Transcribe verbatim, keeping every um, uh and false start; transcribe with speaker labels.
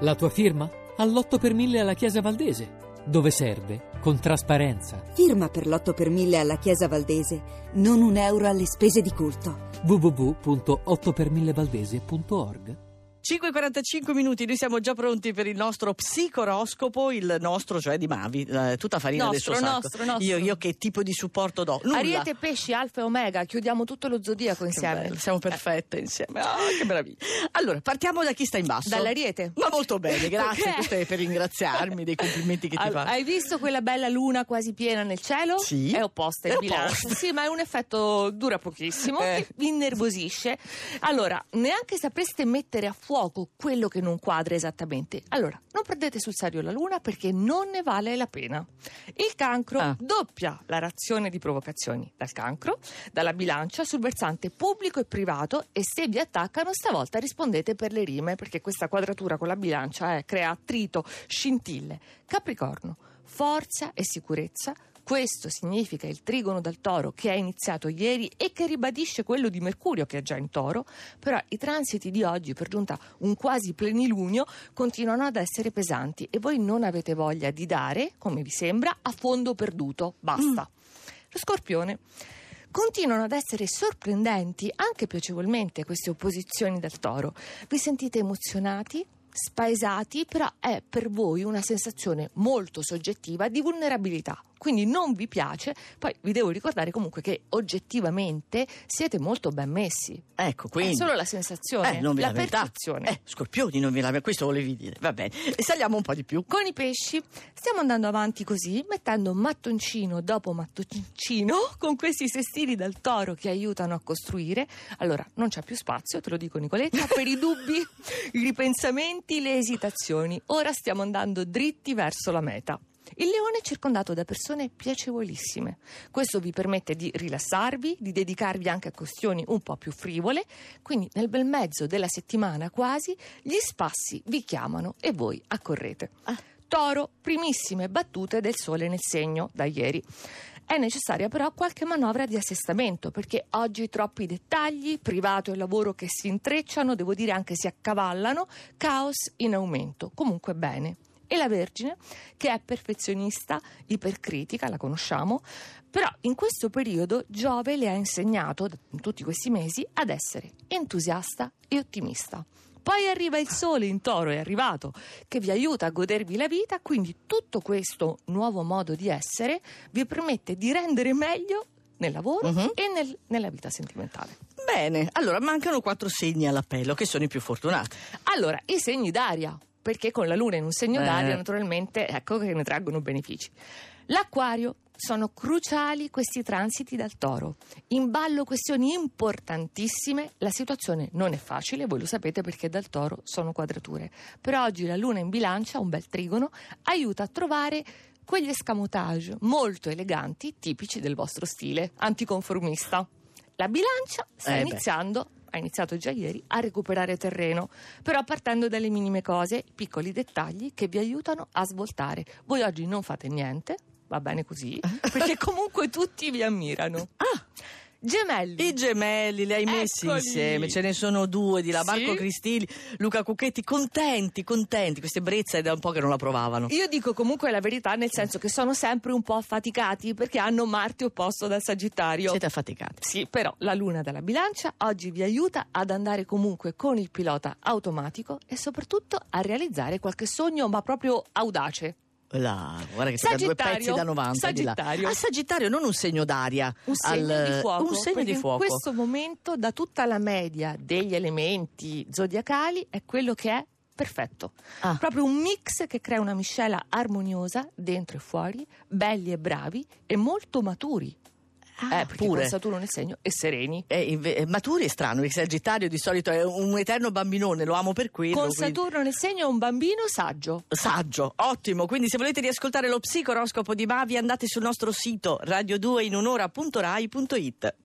Speaker 1: La tua firma? All'otto per mille alla Chiesa Valdese. Dove serve? Con trasparenza.
Speaker 2: Firma per l'otto per mille alla Chiesa Valdese. Non un euro alle spese di culto.
Speaker 1: w w w punto otto per mille valdese punto org.
Speaker 3: cinque e quarantacinque minuti, noi siamo già pronti per il nostro psicoroscopo, il nostro, cioè di Mavi, eh, tutta farina
Speaker 4: nostro,
Speaker 3: del suo
Speaker 4: nostro,
Speaker 3: sacco.
Speaker 4: nostro.
Speaker 3: Io, io che tipo di supporto do? Nulla.
Speaker 4: Ariete, pesci, alfa e omega, chiudiamo tutto lo zodiaco insieme.
Speaker 3: Bello, siamo perfette insieme. Ah, che meraviglia. Allora, partiamo da chi sta in basso.
Speaker 4: Dall'Ariete.
Speaker 3: Ma molto bene, grazie.
Speaker 4: Perché?
Speaker 3: Questo è per ringraziarmi dei complimenti che ti
Speaker 4: All-
Speaker 3: fa.
Speaker 4: Hai visto quella bella luna quasi piena nel cielo?
Speaker 3: Sì.
Speaker 4: È opposta in
Speaker 3: È
Speaker 4: bilancia.
Speaker 3: opposta.
Speaker 4: Sì, ma è un effetto dura pochissimo
Speaker 3: Eh.
Speaker 4: che vi innervosisce. Allora, neanche sapreste mettere a fuoco quello che non quadra esattamente. Allora, non prendete sul serio la luna perché non ne vale la pena. Il Cancro
Speaker 3: Ah.
Speaker 4: doppia la razione di provocazioni dal Cancro, dalla bilancia sul versante pubblico e privato, e se vi attaccano stavolta rispondete per le rime, perché questa quadratura con la bilancia eh, crea attrito, scintille. Capricorno, forza e sicurezza. Questo significa il trigono dal Toro che è iniziato ieri e che ribadisce quello di Mercurio che è già in Toro, però i transiti di oggi, per giunta un quasi plenilunio, continuano ad essere pesanti e voi non avete voglia di dare, come vi sembra, a fondo perduto. Basta. Mm. Lo Scorpione. Continuano ad essere sorprendenti, anche piacevolmente, queste opposizioni dal Toro. Vi sentite emozionati, spaesati, però è per voi una sensazione molto soggettiva di vulnerabilità, quindi non vi piace. Poi vi devo ricordare comunque che oggettivamente siete molto ben messi.
Speaker 3: Ecco, quindi
Speaker 4: È solo la sensazione,
Speaker 3: eh, non vi
Speaker 4: la
Speaker 3: lamentate.
Speaker 4: percezione.
Speaker 3: Eh, Scorpioni, non vi lamentate, questo volevi dire. Va bene. E saliamo un po' di più.
Speaker 4: Con i pesci stiamo andando avanti così, mettendo mattoncino dopo mattoncino, con questi sestili dal Toro che aiutano a costruire. Allora, non c'è più spazio, te lo dico Nicoletta, per i dubbi, i ripensamenti, le esitazioni. Ora stiamo andando dritti verso la meta. Il Leone è circondato da persone piacevolissime. Questo vi permette di rilassarvi, di dedicarvi anche a questioni un po' più frivole. Quindi nel bel mezzo della settimana quasi gli spassi vi chiamano e voi accorrete.
Speaker 3: Ah.
Speaker 4: Toro, primissime battute del sole nel segno da ieri. È necessaria però qualche manovra di assestamento, perché oggi troppi dettagli, privato e lavoro che si intrecciano, devo dire anche si accavallano, caos in aumento. Comunque bene. E la Vergine, che è perfezionista, ipercritica, la conosciamo, però in questo periodo Giove le ha insegnato, in tutti questi mesi, ad essere entusiasta e ottimista. Poi arriva il Sole in Toro, è arrivato, che vi aiuta a godervi la vita, quindi tutto questo nuovo modo di essere vi permette di rendere meglio nel lavoro
Speaker 3: uh-huh.
Speaker 4: e nel, nella vita sentimentale.
Speaker 3: Bene, allora mancano quattro segni all'appello, che sono i più fortunati.
Speaker 4: Allora, i segni d'aria, perché con la Luna in un segno
Speaker 3: Eh.
Speaker 4: d'aria naturalmente ecco che ne traggono benefici. L'Acquario. Sono cruciali questi transiti dal Toro. In ballo questioni importantissime. La situazione non è facile, voi lo sapete perché dal Toro sono quadrature. Per oggi la Luna in bilancia, un bel trigono, aiuta a trovare quegli escamotage molto eleganti, tipici del vostro stile anticonformista. La bilancia sta
Speaker 3: Eh
Speaker 4: iniziando... ha iniziato già ieri a recuperare terreno, però partendo dalle minime cose, piccoli dettagli che vi aiutano a svoltare. Voi oggi non fate niente, va bene così, perché comunque tutti vi ammirano.
Speaker 3: Ah!
Speaker 4: Gemelli.
Speaker 3: I gemelli li hai messi
Speaker 4: Eccoli.
Speaker 3: insieme, ce ne sono due di là,
Speaker 4: Sì.
Speaker 3: Marco Cristilli, Luca Cucchetti, contenti, contenti, questa ebbrezza è da un po' che non la provavano.
Speaker 4: Io dico comunque la verità, nel senso che sono sempre un po' affaticati perché hanno Marte opposto dal Sagittario.
Speaker 3: Siete affaticati.
Speaker 4: Sì, però la Luna della bilancia oggi vi aiuta ad andare comunque con il pilota automatico e soprattutto a realizzare qualche sogno, ma proprio audace.
Speaker 3: Là, guarda che siete a due
Speaker 4: Sagittario,
Speaker 3: pezzi da novanta di là.
Speaker 4: Sagittario.
Speaker 3: A Sagittario non un segno d'aria,
Speaker 4: Un segno
Speaker 3: al-
Speaker 4: di fuoco,
Speaker 3: un segno
Speaker 4: perché
Speaker 3: di fuoco.
Speaker 4: in questo momento da tutta la media degli elementi zodiacali è quello che è perfetto.
Speaker 3: Ah.
Speaker 4: Proprio un mix che crea una miscela armoniosa dentro e fuori, belli e bravi e molto maturi.
Speaker 3: Ah,
Speaker 4: eh, perché
Speaker 3: pure.
Speaker 4: con Saturno nel segno e sereni.
Speaker 3: Eh, inve- eh, Maturi è strano, perché Sagittario di solito è un eterno bambinone, lo amo per quello.
Speaker 4: Con
Speaker 3: quindi-
Speaker 4: Saturno nel segno è un bambino saggio.
Speaker 3: Saggio, ottimo. Quindi se volete riascoltare lo psicoroscopo di Mavi andate sul nostro sito radio due in un'ora punto rai punto it.